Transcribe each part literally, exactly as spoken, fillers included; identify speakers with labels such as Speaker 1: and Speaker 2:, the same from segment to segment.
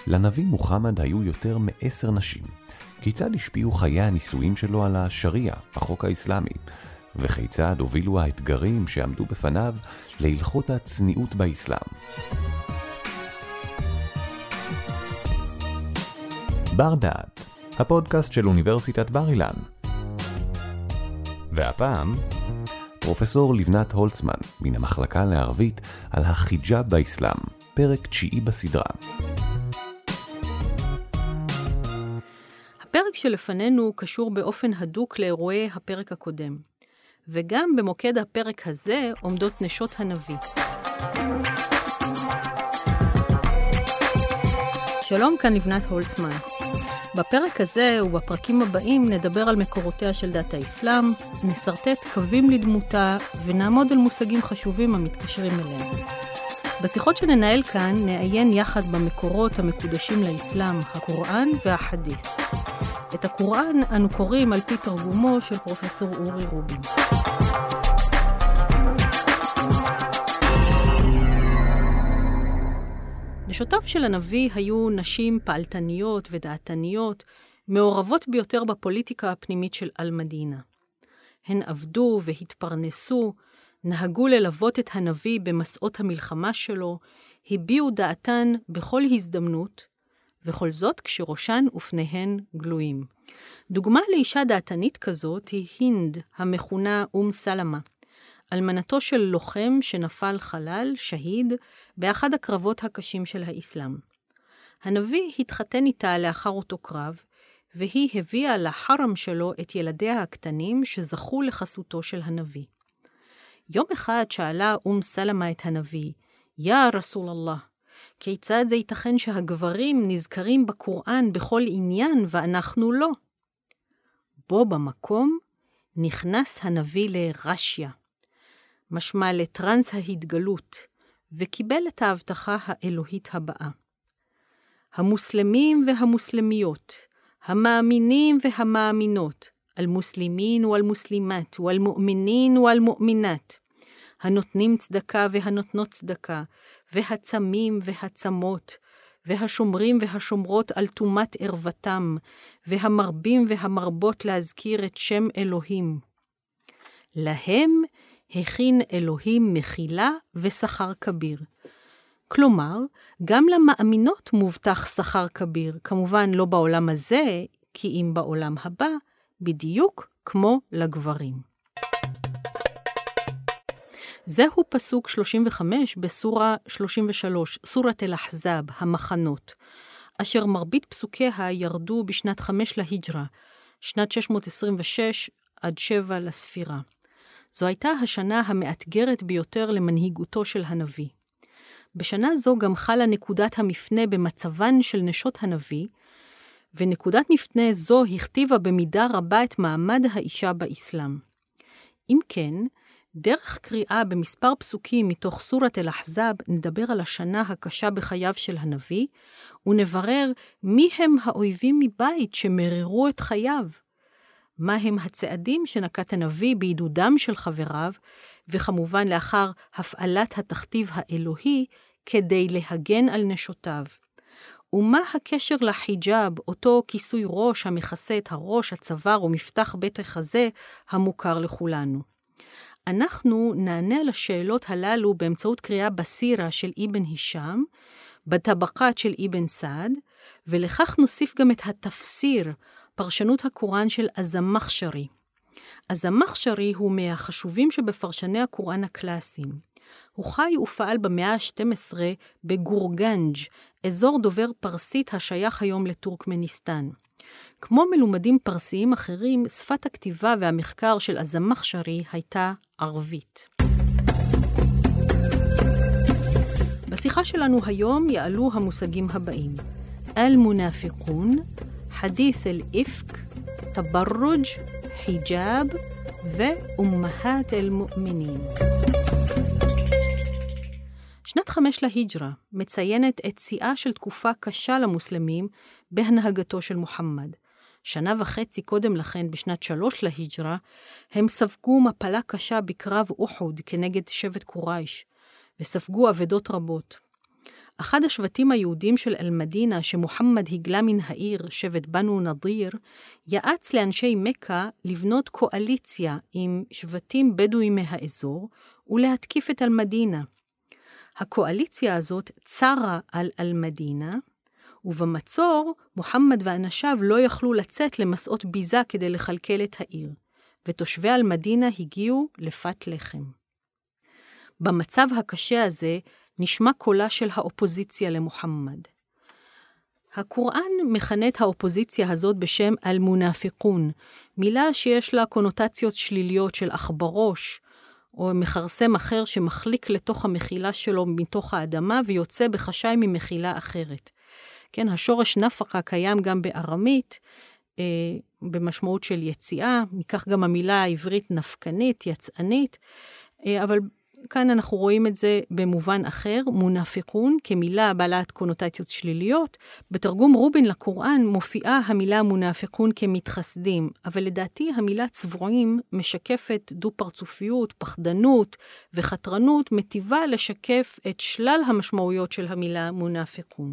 Speaker 1: לנביא מוחמד היו יותר מעשר נשים. כיצד השפיעו חיי הנישואים שלו על השריעה, החוק האסלאמי, וכיצד הובילו האתגרים שעמדו בפניו להלכות הצניעות באסלאם. בר דעת, הפודקאסט של אוניברסיטת בר אילן. והפעם, פרופסור לבנת הולצמן, מן המחלקה לערבית על החיג'אב באסלאם, פרק תשיעי בסדרה.
Speaker 2: הפרק שלפנינו קשור באופן הדוק לאירועי הפרק הקודם, וגם במוקד הפרק הזה עומדות נשות הנביא. שלום, כאן לבנת הולצמן. בפרק הזה ובפרקים הבאים נדבר על מקורותיה של דת האסלאם, נסרטט קווים לדמותה ונעמוד על מושגים חשובים המתקשרים אליה. בשיחות שננהל כאן נעיין יחד במקורות המקודשים לאסלאם, הקוראן והחדית'. את הקוראן אנו קוראים על פי תרגומו של פרופסור אורי רובין. נשותיו של הנביא היו נשים פעלתניות ודעתניות, מעורבות ביותר בפוליטיקה הפנימית של אל-מדינה. הן עבדו והתפרנסו, נהגו ללוות את הנביא במסעות המלחמה שלו, הביעו דעתן בכל הזדמנות, וכל זאת כשראשן ופניהן גלויים. דוגמה לאישה דעתנית כזאת היא הינד, המכונה אום סלמה, אלמנתו של לוחם שנפל חלל, שהיד, באחד הקרבות הקשים של האסלאם. הנביא התחתן איתה לאחר אותו קרב, והיא הביאה לחרם שלו את ילדיה הקטנים שזכו לחסותו של הנביא. יום אחד שאלה אום סלמה את הנביא, יא רסול אללה, כיצד זה ייתכן שהגברים נזכרים בקוראן בכל עניין ואנחנו לא? בו במקום נכנס הנביא לרשיה, משמע לטרנס ההתגלות, וקיבל את ההבטחה האלוהית הבאה. המוסלמים והמוסלמיות, המאמינים והמאמינות, المسلمين والمسلمات والمؤمنين والمؤمنات, הנותנים צדקה והנותנות צדקה, והצמים והצמות, והשומרים והשומרות על תומת ערוותם, והמרבים והמרבות להזכיר את שם אלוהים. להם הכין אלוהים מחילה ושכר כביר. כלומר, גם למאמינות מובטח שכר כביר, כמובן לא בעולם הזה, כי אם בעולם הבא, בדיוק כמו לגברים. זהו פסוק שלושים וחמש בסורה שלושים ושלוש, סורת אל-אחזאב, המחנות, אשר מרבית פסוקיה ירדו בשנת חמש להיג'רה, שנת שש מאות עשרים ושש עד שבע לספירה. זו הייתה השנה המאתגרת ביותר למנהיגותו של הנביא. בשנה זו גם חלה נקודת המפנה במצבן של נשות הנביא, ונקודת מפנה זו הכתיבה במידה רבה את מעמד האישה באסלאם. אם כן, דרך קריאה במספר פסוקים מתוך סורת אל-אחזאב נדבר על השנה הקשה בחייו של הנביא, ונברר מי הם האויבים מבית שמררו את חייו. מה הם הצעדים שנקט הנביא בעידודם של חבריו, וכמובן לאחר הפעלת התכתיב האלוהי כדי להגן על נשותיו. ומה הקשר לחיג'אב, אותו כיסוי ראש המכסה את הראש, הצוואר ומפתח בית החזה המוכר לכולנו. אנחנו נענה על השאלות הללו באמצעות קריאה בסירה של אבן הישאם, בטבקת של אבן סעד, ולכך נוסיף גם את התפסיר, פרשנות הקוראן של הזמחשרי. הזמחשרי הוא מהחשובים שבפרשני הקוראן הקלאסיים. הוא חי ופעל במאה ה-שתים עשרה בגורגנג', אזור דובר פרסית השייך היום לטורקמניסטן. כמו מלומדים פרסיים אחרים, שפת הכתיבה והמחקר של הזמחשרי הייתה ערבית. בשיחה שלנו היום יעלו המושגים הבאים: אל-מונאפיקון, חדית' אל-איפק, תברג', חיג'אב ואומהת אל-מؤמנין. שנת חמש להיג'רה מציינת את שיאה של תקופה קשה למוסלמים בהנהגתו של מוחמד. שנה וחצי קודם לכן, בשנת שלוש להיג'רה, הם ספגו מפלה קשה בקרב אוחוד כנגד שבט קורייש, וספגו עבדות רבות. אחד השבטים היהודים של אל-מדינה שמוחמד הגלה מן העיר, שבט בנו נדיר, יעץ לאנשי מקה לבנות קואליציה עם שבטים בדואים מהאזור ולהתקיף את אל-מדינה. הקואליציה הזאת צרה על אל-מדינה, ובמצור מוחמד ואנשיו לא יכלו לצאת למסעות ביזה כדי לכלכל את העיר, ותושבי אל-מדינה הגיעו לפת לחם. במצב הקשה הזה נשמע קולה של האופוזיציה למוחמד. הקוראן מכנה את האופוזיציה הזאת בשם אל-מונאפיקון, מילה שיש לה קונוטציות שליליות של אחברוש, או מחרסם אחר שמחליק לתוך המחילה שלו מתוך האדמה ויוצא בחשאי ממחילה אחרת. כן, השורש נפקה קיים גם בארמית, אה, במשמעות של יציאה, מכך גם המילה העברית נפקנית, יצאנית, אה, אבל כאן אנחנו רואים את זה במובן אחר, מונאפיקון, כמילה בעלת קונוטציות שליליות. בתרגום רובין לקוראן מופיעה המילה מונאפיקון כמתחסדים, אבל לדעתי המילה צבועים משקפת דו-פרצופיות, פחדנות וחתרנות, מטיבה לשקף את שלל המשמעויות של המילה מונאפיקון.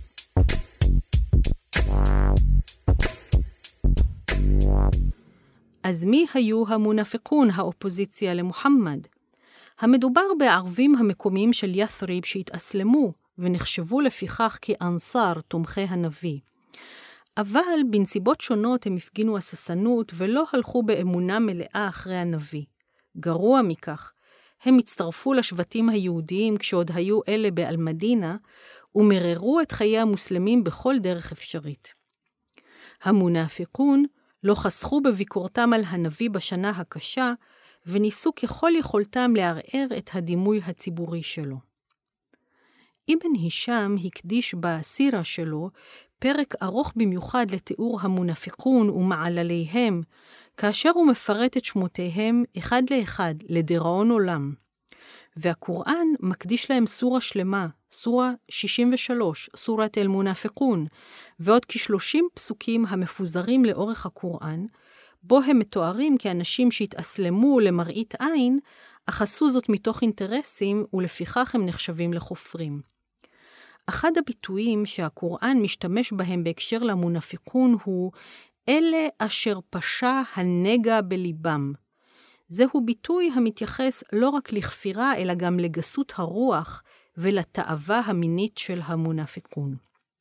Speaker 2: אז מי היו המונאפיקון, האופוזיציה למוחמד? המדובר בערבים המקומיים של ית'ריב שהתאסלמו ונחשבו לפיכך כאנסר תומכי הנביא. אבל בנסיבות שונות הם הפגינו הססנות ולא הלכו באמונה מלאה אחרי הנביא. גרוע מכך, הם הצטרפו לשבטים היהודיים כשעוד היו אלה באל-מדינה ומררו את חיי המוסלמים בכל דרך אפשרית. המונאפיקון לא חסכו בביקורתם על הנביא בשנה הקשה, וניסו ככל יכולתם לערער את הדימוי הציבורי שלו. אבן הישאם הקדיש בסירה שלו פרק ארוך במיוחד לתיאור המונאפיקון ומעלליהם, כאשר הוא מפרט את שמותיהם אחד לאחד לדיראון עולם. והקוראן מקדיש להם סורה שלמה, סורה שישים ושלוש, סורת אל-מונאפיקון, ועוד כשלושים פסוקים המפוזרים לאורך הקוראן, בו הם מתוארים כאנשים שהתאסלמו למראית עין, אך עשו זאת מתוך אינטרסים ולפיכך הם נחשבים לחופרים. אחד הביטויים שהקוראן משתמש בהם בהקשר למונאפיקון הוא אלה אשר פשע הנגע בליבם. זהו ביטוי המתייחס לא רק לכפירה אלא גם לגסות הרוח ולתאווה המינית של המונאפיקון.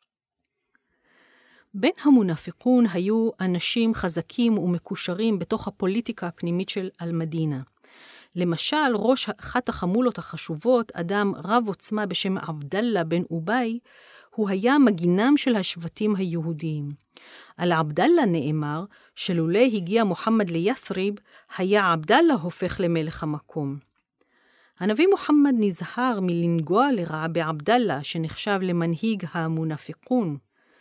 Speaker 2: בין המונאפיקון היו אנשים חזקים ומקושרים בתוך הפוליטיקה הפנימית של אל-מדינה. למשל, ראש אחת החמולות החשובות, אדם רב עוצמה בשם עבדאללה בן אוביי, הוא היה מגינם של השבטים היהודיים. על עבדאללה נאמר שלולא הגיע מוחמד לית'ריב, היה עבדאללה הופך למלך המקום. הנביא מוחמד נזהר מלנגוע לרעה בעבדאללה, שנחשב למנהיג המונאפיקון.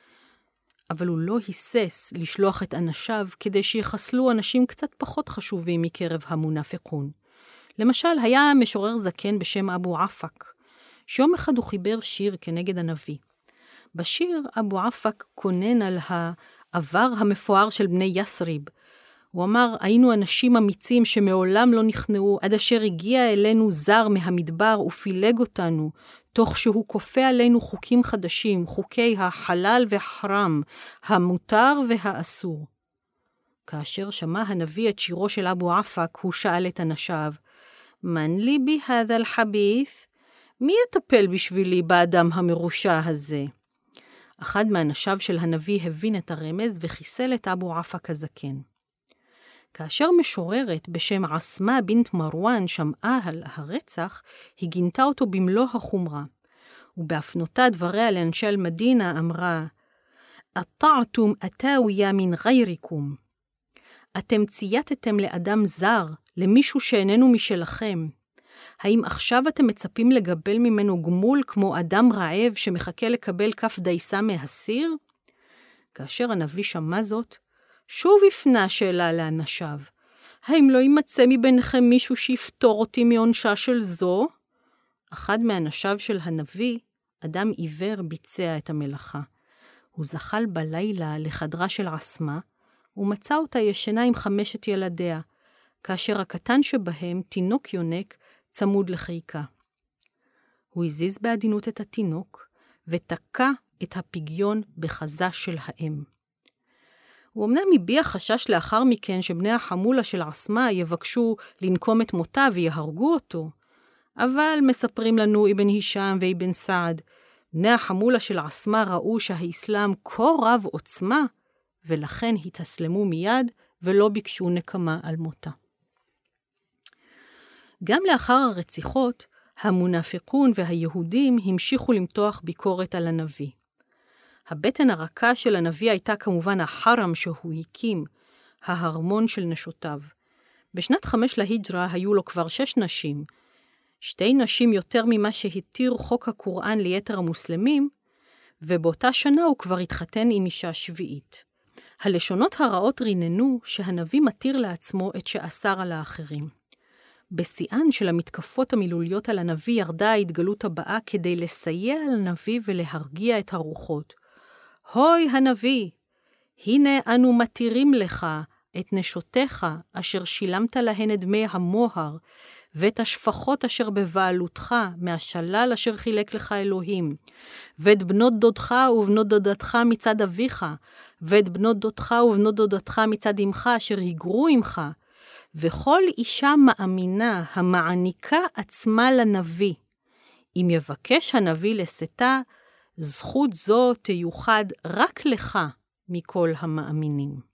Speaker 2: אבל הוא לא היסס לשלוח את אנשיו כדי שיחסלו אנשים קצת פחות חשובים מקרב המונאפיקון. למשל, היה משורר זקן בשם אבו עפק, שיום אחד הוא חיבר שיר כנגד הנביא. בשיר אבו עפק קונן על העבר המפואר של בני ית'ריב. הוא אמר, היינו אנשים אמיצים שמעולם לא נכנעו, עד אשר הגיע אלינו זר מהמדבר ופילג אותנו, תוך שהוא כופה עלינו חוקים חדשים, חוקי החלל והחרם, המותר והאסור. כאשר שמע הנביא את שירו של אבו עפק, הוא שאל את אנשיו, מן לי בי הדה אל-חבית'? מי יטפל בשבילי באדם המרושע הזה? אחד מאנשיו של הנביא הבין את הרמז וחיסל את אבו עפק הזקן. כאשר משוררת בשם עסמה בינת מרואן שמעה על הרצח, היא גינתה אותו במלוא החומרה. ובהפנותה דבריה לאנשי אל-מדינה אמרה, אטעתם אתאויה מן גייריקום. אתם צייתתם לאדם זר, למישהו שאיננו משלכם. האם עכשיו אתם מצפים לגבל ממנו גמול כמו אדם רעב שמחכה לקבל כף דייסה מהסיר? כאשר הנביא שמע זאת, שוב הפנה שאלה לאנשיו, האם לא יימצא מביניכם מישהו שיפטור אותי מעונשה של זו? אחד מאנשיו של הנביא, אדם עיוור, ביצע את המלאכה. הוא זחל בלילה לחדרה של עסמה, ומצא אותה ישנה עם חמשת ילדיה, כאשר הקטן שבהם, תינוק יונק, צמוד לחיקה. הוא הזיז בעדינות את התינוק, ותקע את הפיגיון בחזה של האם. הוא אמנם הביע חשש לאחר מכן שבני החמולה של עסמה יבקשו לנקום את מותה ויהרגו אותו, אבל מספרים לנו אבן הישאם ואבן סעד, בני החמולה של עסמה ראו שהאסלאם כה רב עוצמה, ולכן התאסלמו מיד ולא ביקשו נקמה על מותה. גם לאחר הרציחות, המונפיקון והיהודים המשיכו למתוח ביקורת על הנביא. הבטן הרכה של הנביא הייתה כמובן החרם שהוא הקים, ההרמון של נשותיו. בשנת חמש להיג'רה היו לו כבר שש נשים, שתי נשים יותר ממה שהתיר חוק הקוראן ליתר המוסלמים, ובאותה שנה הוא כבר התחתן עם אישה שביעית. הלשונות הרעות ריננו שהנביא מתיר לעצמו את שאסר על האחרים. בשיאן של המתקפות המילוליות על הנביא ירדה ההתגלות הבאה כדי לסייע לנביא ולהרגיע את הרוחות. הוי הנביא, הנה אנו מתירים לך את נשותיך אשר שילמת להן את דמי המוהר, ואת השפחות אשר בבעלותך מהשלל אשר חילק לך אלוהים, ואת בנות דודך ובנות דודתך מצד אביך, ואת בנות דודך ובנות דודתך מצד אמך אשר היגרו עמך, וכל אישה מאמינה המעניקה עצמה לנביא. אם יבקש הנביא לשאתה, זכות זו תיוחד רק לך מכל המאמינים.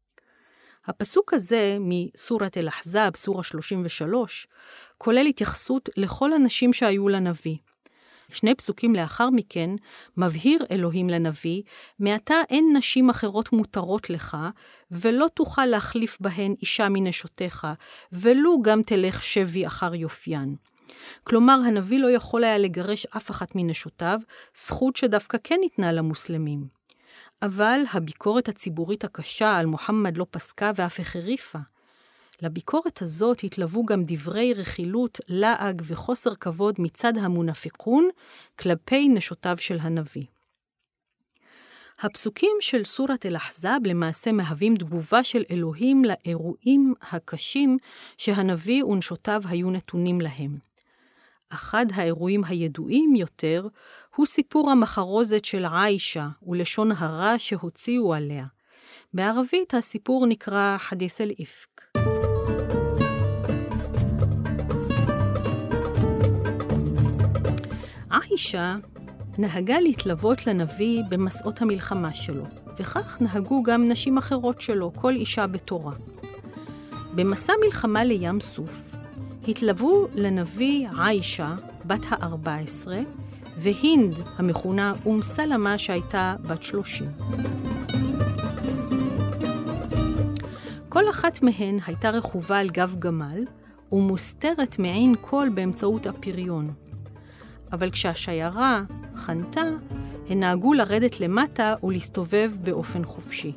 Speaker 2: הפסוק הזה מסורת אל-אחזאב, סורה שלושים ושלוש, כולל התייחסות לכל הנשים שהיו לנביא. שני פסוקים לאחר מכן מבהיר אלוהים לנביא, מעתה אין נשים אחרות מותרות לך, ולא תוכל להחליף בהן אישה מנשותיך, ולו גם תלך שבי אחר יופיין. כלומר, הנביא לא יכול היה לגרש אף אחת מנשותיו, זכות שדווקא כן ניתנה למוסלמים. אבל הביקורת הציבורית הקשה על מוחמד לא פסקה ואף החריפה. לביקורת הזאת התלוו גם דברי רכילות, לעג וחוסר כבוד מצד המונפיקון כלפי נשותיו של הנביא. הפסוקים של סורת אל-אחזאב למעשה מהווים תגובה של אלוהים לאירועים הקשים שהנביא ונשותיו היו נתונים להם. אחד האירועים הידועים יותר הוא סיפור המחרוזת של עיישה ולשון הרע שהוציאו עליה. בערבית הסיפור נקרא חדית' אל-איפק. עיישה נהגה להתלוות לנביא במסעות המלחמה שלו, וכך נהגו גם נשים אחרות שלו, כל אישה בתורה. במסע מלחמה לים סוף, התלוו לנביא עיישה, בת ה-ארבע עשרה, והינד, המכונה אום סלמה, שהייתה בת שלושים. כל אחת מהן הייתה רכובה על גב גמל, ומוסתרת מעין כל באמצעות הפריון. אבל כשהשיירה חנתה, הן נהגו לרדת למטה ולהסתובב באופן חופשי.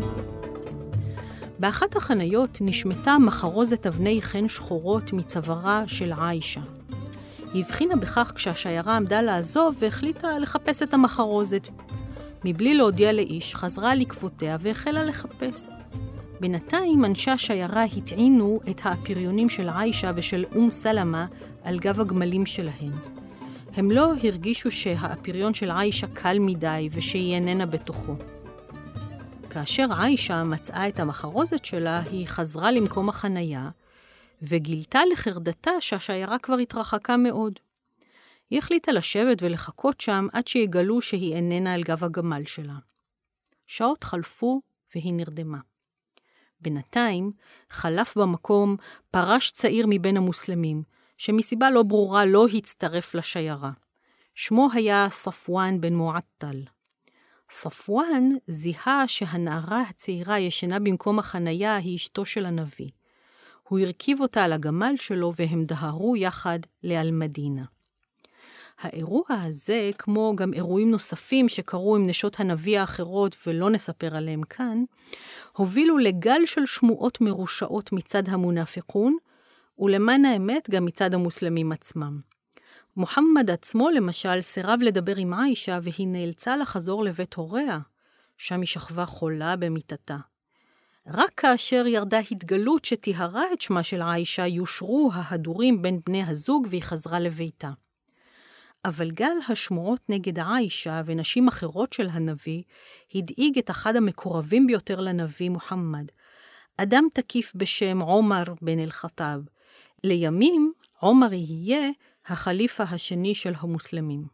Speaker 2: באחת החניות נשמטה מחרוזת אבני חן שחורות מצווארה של עיישה. היא הבחינה בכך כשהשיירה עמדה לעזוב והחליטה לחפש את המחרוזת. מבלי להודיע לאיש, חזרה לקבותיה והחלה לחפש. בינתיים אנשי השיירה הטעינו את הפריונים של עיישה ושל אום סלמה על גב הגמלים שלהן. הם לא הרגישו שהפריון של עיישה קל מדי ושהיא איננה בתוכו. כאשר עיישה מצאה את המחרוזת שלה, היא חזרה למקום החנייה, וגילתה לחרדתה שהשיירה כבר התרחקה מאוד. היא החליטה לשבת ולחכות שם עד שיגלו שהיא איננה על גב הגמל שלה. שעות חלפו והיא נרדמה. בינתיים חלף במקום פרש צעיר מבין המוסלמים, שמסיבה לא ברורה לא הצטרף לשיירה. שמו היה ספואן בן מועטל. ספואן זיהה שהנערה הצעירה ישנה במקום החנייה היא אשתו של הנביא. הוא הרכיב אותה על הגמל שלו והם דהרו יחד לאל-מדינה. האירוע הזה, כמו גם אירועים נוספים שקרו עם נשות הנביא האחרות ולא נספר עליהם כאן, הובילו לגל של שמועות מרושעות מצד המונפיקון, ולמען האמת גם מצד המוסלמים עצמם. מוחמד עצמו למשל סירב לדבר עם עיישה והיא נאלצה לחזור לבית הוריה, שם היא שכבה חולה במיטתה. רק כאשר ירדה התגלות שתיהרה את שמה של עיישה יושרו ההדורים בין בני הזוג והיא חזרה לביתה. אבל גל השמועות נגד עיישה ונשים אחרות של הנביא הדאיג את אחד המקורבים ביותר לנביא מוחמד, אדם תקיף בשם עומר בן אל-חטאב. לימים עומר יהיה החליפה השני של המוסלמים.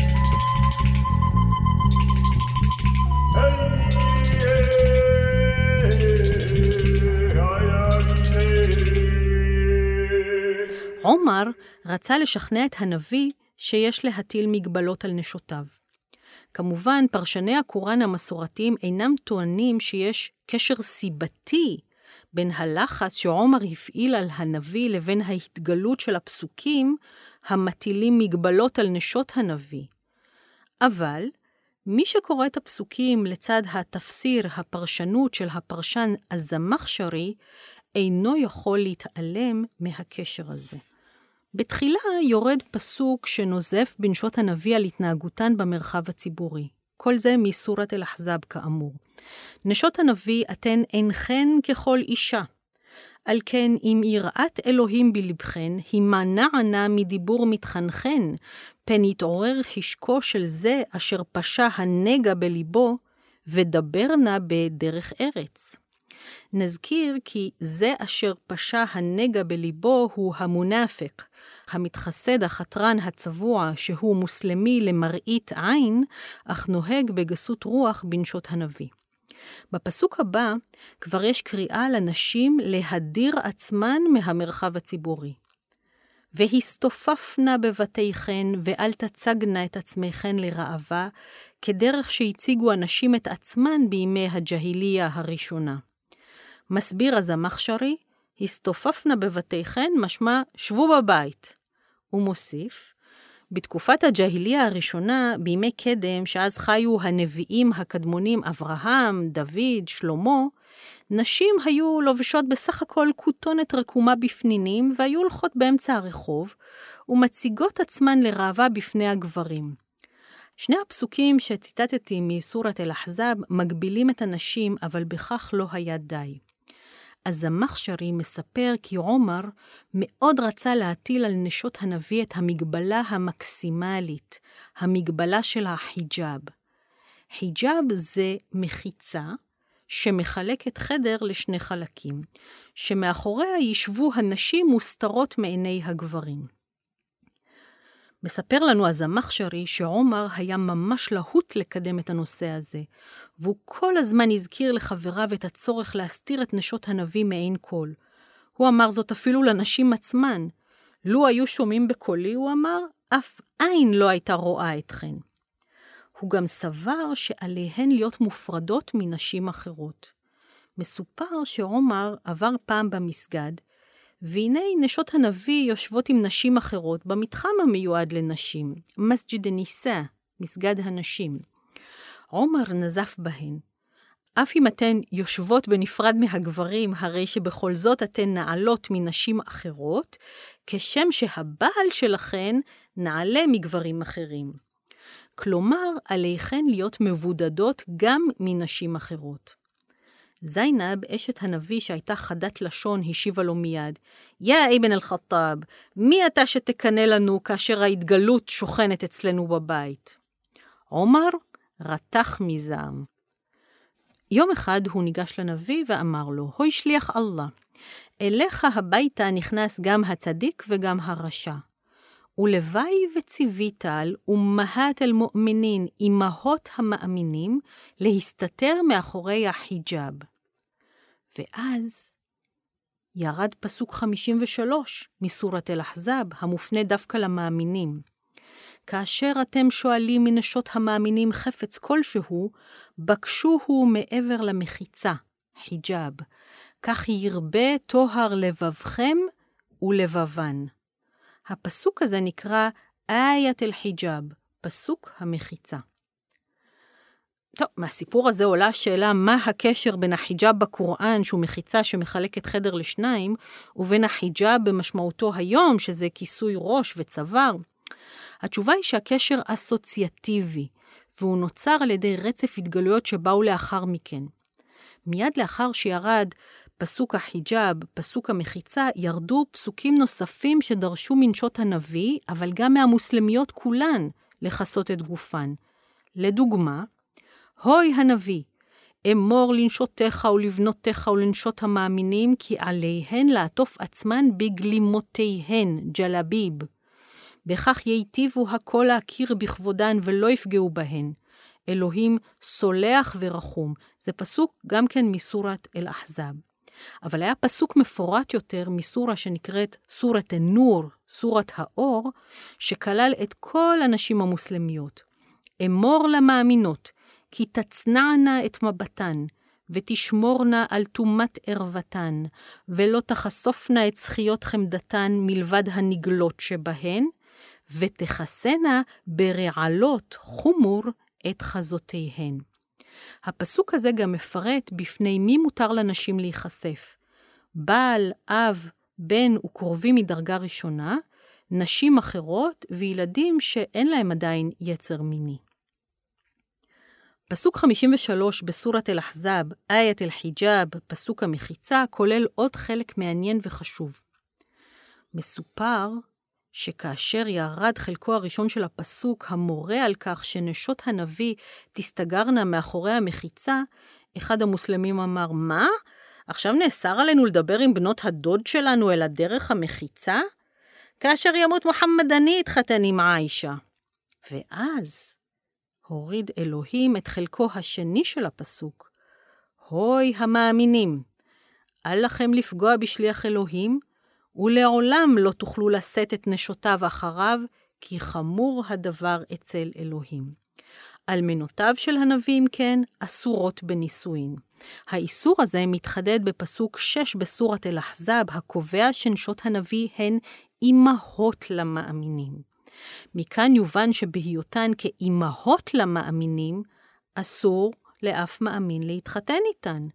Speaker 2: עומר רצה לשכנע את הנביא שיש להטיל מגבלות על נשותיו. כמובן, פרשני הקוראן המסורתיים אינם טוענים שיש קשר סיבתי בין הלחץ שעומר הפעיל על הנביא לבין ההתגלות של הפסוקים המטילים מגבלות על נשות הנביא. אבל מי שקורא את הפסוקים לצד התפסיר, הפרשנות של הפרשן הזמחשרי, אינו יכול להתעלם מהקשר הזה. בתחילה יורד פסוק שנוזף בנשות הנביא על התנהגותן במרחב הציבורי. כל זה מסורת אל-אחזב כאמור. נשות הנביא אתן אינכן ככל אישה. על כן, אם יראת אלוהים בלבכן, הימנע נא מדיבור מתחנכן, פן יתעורר חשקו של זה אשר פשע הנגע בליבו, ודבר נא בדרך ארץ. נזכיר כי זה אשר פשע הנגע בליבו הוא המונפק, המתחסד החתרן הצבוע שהוא מוסלמי למראית עין, אך נוהג בגסות רוח בנשות הנביא. בפסוק הבא כבר יש קריאה לנשים להדיר עצמן מהמרחב הציבורי. והסתופפנה בבתיכן ואל תצגנה את עצמכן לרעבה, כדרך שהציגו הנשים את עצמן בימי הג'היליה הראשונה. מסביר הזמחשרי, הסתופפנה בבתיכן משמע שבו בבית. הוא מוסיף, בתקופת הג'היליה הראשונה, בימי קדם, שאז חיו הנביאים הקדמונים אברהם, דוד, שלמה, נשים היו לובשות בסך הכל כותונת רקומה בפנינים, והיו הולכות באמצע הרחוב, ומציגות עצמן לראווה בפני הגברים. שני הפסוקים שציטטתי מסורת אל-אחזב מגבילים את הנשים, אבל בכך לא היה די. אז המחשרי מספר כי עומר מאוד רצה להטיל על נשות הנביא את המגבלה המקסימלית, המגבלה של החיג'אב. חיג'אב זה מחיצה שמחלקת חדר לשני חלקים, שמאחוריה ישבו הנשים מוסתרות מעיני הגברים. מספר לנו אז המחשרי שעומר היה ממש להוט לקדם את הנושא הזה, והוא כל הזמן הזכיר לחבריו את הצורך להסתיר את נשות הנביא מעין כל. הוא אמר זאת אפילו לנשים עצמן. לו היו שומעים בקולי, הוא אמר, אף עין לא הייתה רואה אתכן. הוא גם סבר שעליהן להיות מופרדות מנשים אחרות. מסופר שעומר עבר פעם במסגד, והנה נשות הנביא יושבות עם נשים אחרות במתחם המיועד לנשים, מסג'ד ניסה, מסגד הנשים. עומר נזף בהן. אף אם אתן יושבות בנפרד מהגברים, הרי שבכל זאת אתן נעלות מנשים אחרות, כשם שהבעל שלכן נעלה מגברים אחרים. כלומר, עליכן להיות מבודדות גם מנשים אחרות. זיינב, אשת הנביא שהייתה חדת לשון, השיבה לו מיד, יא אבן אל-חטאב, מי אתה שתקנה לנו כאשר ההתגלות שוכנת אצלנו בבית? עומר רתח מזעם. יום אחד הוא ניגש לנביא ואמר לו, הוי שליח אללה, אליך הביתה נכנס גם הצדיק וגם הרשע. ולוואי וציווית על אומהת אל-מואמינין, אמהות המאמינים, להסתתר מאחורי החיג'אב. ואז ירד פסוק חמישים ושלוש מסורת אל-אחזב, המופנה דווקא למאמינים. כאשר אתם שואלים מנשות המאמינים חפץ כלשהו, בקשוהו מעבר למחיצה, חיג'אב, כך ירבה טוהר לבבכם ולבבן. הפסוק הזה נקרא איית אל-חיג'אב, פסוק המחיצה. טוב, מהסיפור הזה עולה השאלה מה הקשר בין החיג'אב בקוראן, שהוא מחיצה שמחלקת חדר לשניים, ובין החיג'אב במשמעותו היום, שזה כיסוי ראש וצוואר. התשובה היא שהקשר אסוציאטיבי, והוא נוצר על ידי רצף התגלויות שבאו לאחר מכן. מיד לאחר שירד פסוק החיג'אב, פסוק המחיצה, ירדו פסוקים נוספים שדרשו מנשות הנביא, אבל גם מהמוסלמיות כולן לחסות את גופן. לדוגמה, הוי הנביא, אמור לנשותיך ולבנותיך ולנשות המאמינים, כי עליהן לעטוף עצמן בגלימותיהן, ג'לביב. בכך ייטיבו הכל להכיר בכבודן ולא יפגעו בהן. אלוהים סולח ורחום. זה פסוק גם כן מסורת אל-אחזב. אבל היה פסוק מפורט יותר מסורה שנקראת סורת א-נור, סורת האור, שכלל את כל הנשים המוסלמיות. אמור למאמינות, כי תצנענה את מבטן, ותשמורנה על תומת ערוותן, ולא תחשופנה את זכיות חמדתן מלבד הנגלות שבהן, ותחסנה ברעלות חומור את חזותיהן. הפסוק הזה גם מפרט בפני מי מותר לנשים להיחשף. בעל, אב, בן וקרובים מדרגה ראשונה, נשים אחרות וילדים שאין להם עדיין יצר מיני. פסוק חמישים ושלוש בסורת אל-אחזב, איית אל-חיג'אב, פסוק המחיצה, כולל עוד חלק מעניין וחשוב. מסופר שכאשר ירד חלקו הראשון של הפסוק המורה על כך שנשות הנביא תסתגרנה מאחורי המחיצה, אחד המוסלמים אמר, מה? עכשיו נאסר עלינו לדבר עם בנות הדוד שלנו אל הדרך המחיצה? כאשר ימות מוחמד אני התחתן עם עיישה. ואז הוריד אלוהים את חלקו השני של הפסוק. הוי המאמינים, אל לכם לפגוע בשליח אלוהים, ולעולם לא תוכלו לשאת את נשותיו אחריו, כי חמור הדבר אצל אלוהים. אלמנותיו של הנביאים כן אסורות בנישואין. האיסור הזה מתחדד בפסוק שש בסורת אל-אחזב, הקובע שנשות הנביא הן אימהות למאמינים. מכאן יובן שבהיותן כאימהות למאמינים, אסור לאף מאמין להתחתן איתן.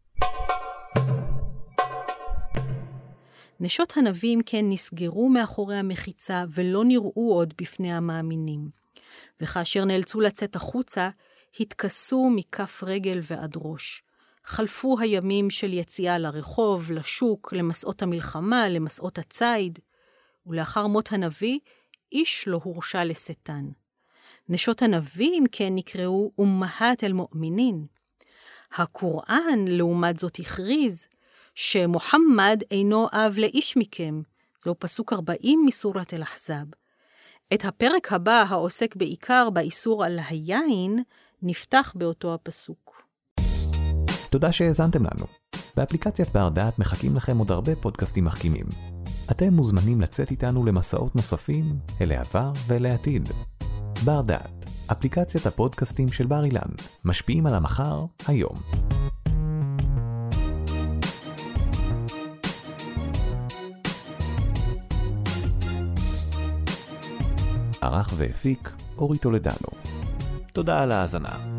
Speaker 2: נשות הנביאים כן נסגרו מאחורי המחיצה ולא נראו עוד בפני המאמינים. וכאשר נאלצו לצאת החוצה, התכסו מכף רגל ועד ראש. חלפו הימים של יציאה לרחוב, לשוק, למסעות המלחמה, למסעות הציד, ולאחר מות הנביא, איש לא הורשה לשטן. נשות הנביאים כן נקראו אומהת אל-מואמינין. הקוראן לעומת זאת הכריז שמוחמד אינו אב לאיש מכם. זהו פסוק ארבעים מסורת אל-אחזב. את הפרק הבא העוסק בעיקר באיסור על היין, נפתח באותו הפסוק.
Speaker 1: תודה שהאזנתם לנו. באפליקציית בר דעת מחכים לכם עוד הרבה פודקאסטים מחכימים. אתם מוזמנים לצאת איתנו למסעות נוספים אל העבר ואל העתיד. בר דעת, אפליקציית הפודקאסטים של בר אילן, משפיעים על המחר היום. ערך והפיק אורי טולדנו. תודה על ההאזנה.